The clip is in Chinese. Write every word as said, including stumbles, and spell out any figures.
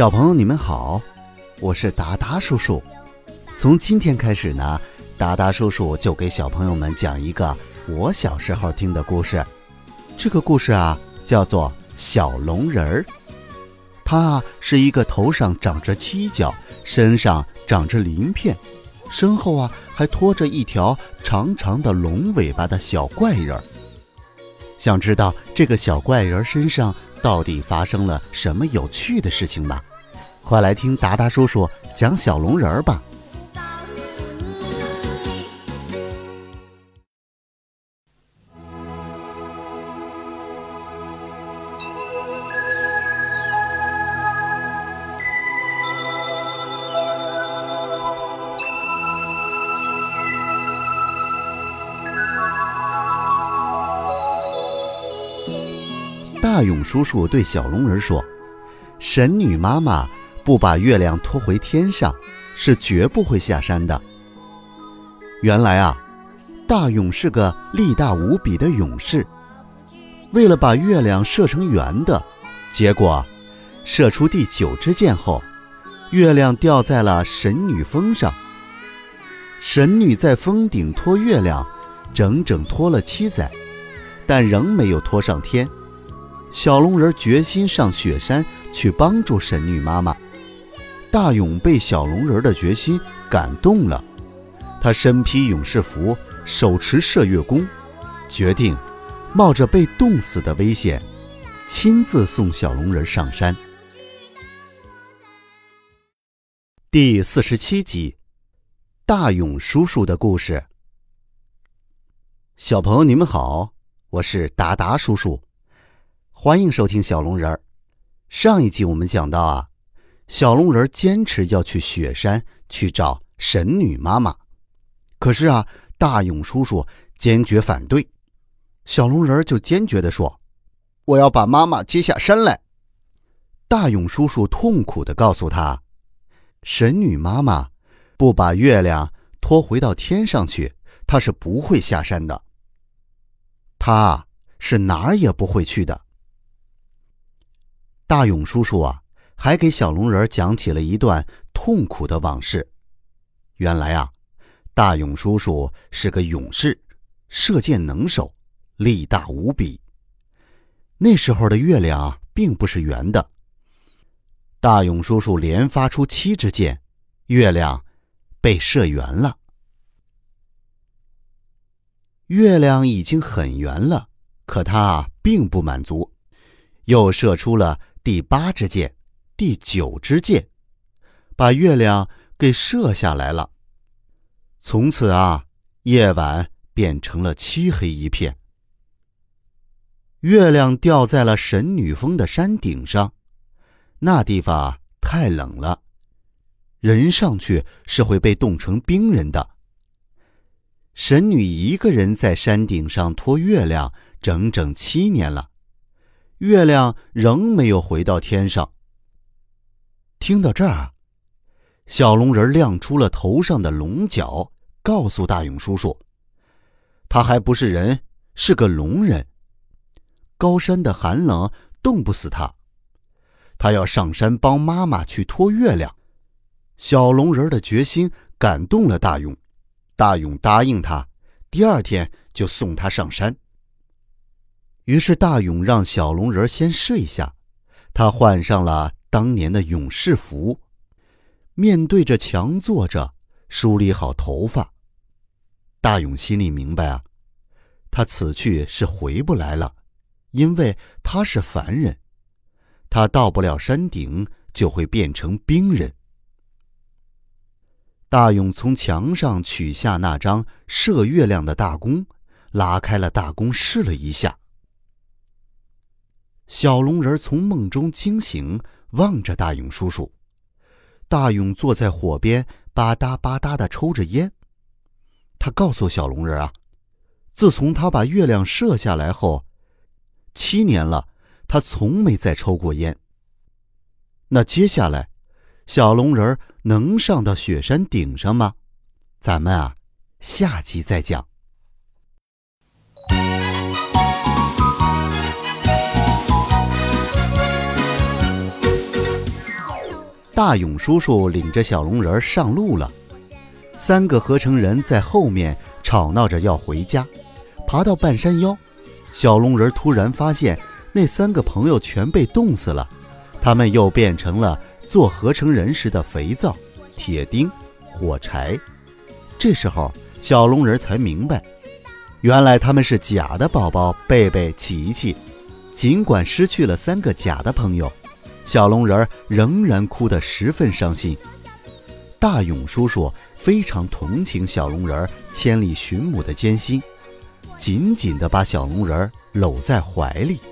小朋友你们好，我是达达叔叔。从今天开始呢，达达叔叔就给小朋友们讲一个我小时候听的故事。这个故事啊，叫做小龙人儿。他是一个头上长着犄角，身上长着鳞片，身后啊还拖着一条长长的龙尾巴的小怪人儿。想知道这个小怪人身上到底发生了什么有趣的事情吗？快来听达达叔叔讲小龙人儿吧。大勇叔叔对小龙人说，神女妈妈不把月亮拖回天上，是绝不会下山的。原来啊，大勇是个力大无比的勇士，为了把月亮射成圆的，结果射出第九支箭后，月亮掉在了神女峰上。神女在峰顶拖月亮，整整拖了七载，但仍没有拖上天。小龙人决心上雪山去帮助神女妈妈。大勇被小龙人的决心感动了，他身披勇士服，手持射月弓，决定冒着被冻死的危险，亲自送小龙人上山。第四十七集，大勇叔叔的故事。小朋友你们好，我是达达叔叔，欢迎收听小龙人儿。上一集我们讲到啊，小龙人坚持要去雪山去找神女妈妈，可是啊，大勇叔叔坚决反对。小龙人就坚决地说，我要把妈妈接下山来。大勇叔叔痛苦地告诉他，神女妈妈不把月亮拖回到天上去，她是不会下山的，她是哪儿也不会去的。大勇叔叔啊，还给小龙人讲起了一段痛苦的往事。原来啊，大勇叔叔是个勇士，射箭能手，力大无比。那时候的月亮啊，并不是圆的。大勇叔叔连发出七支箭，月亮被射圆了。月亮已经很圆了，可他啊并不满足，又射出了第八支箭，第九支箭，把月亮给射下来了。从此啊，夜晚变成了漆黑一片。月亮掉在了神女峰的山顶上，那地方啊太冷了，人上去是会被冻成冰人的。神女一个人在山顶上拖月亮整整七年了，月亮仍没有回到天上。听到这儿，小龙人亮出了头上的龙角，告诉大勇叔叔，他还不是人，是个龙人，高山的寒冷冻不死他，他要上山帮妈妈去拖月亮。小龙人的决心感动了大勇，大勇答应他，第二天就送他上山。于是大勇让小龙人先睡下，他换上了当年的勇士服，面对着墙坐着，梳理好头发。大勇心里明白啊，他此去是回不来了，因为他是凡人，他到不了山顶就会变成冰人。大勇从墙上取下那张射月亮的大弓，拉开了大弓试了一下。小龙人从梦中惊醒，望着大勇叔叔。大勇坐在火边，吧嗒吧嗒地抽着烟。他告诉小龙人啊，自从他把月亮射下来后，七年了，他从没再抽过烟。那接下来，小龙人能上到雪山顶上吗？咱们啊，下集再讲。 大勇叔叔领着小龙人上路了，三个合成人在后面吵闹着要回家。爬到半山腰，小龙人突然发现那三个朋友全被冻死了，他们又变成了做合成人时的肥皂、铁钉、火柴。这时候小龙人才明白，原来他们是假的宝宝贝贝、琪琪。尽管失去了三个假的朋友，小龙人仍然哭得十分伤心。大勇叔叔非常同情小龙人千里寻母的艰辛，紧紧地把小龙人搂在怀里。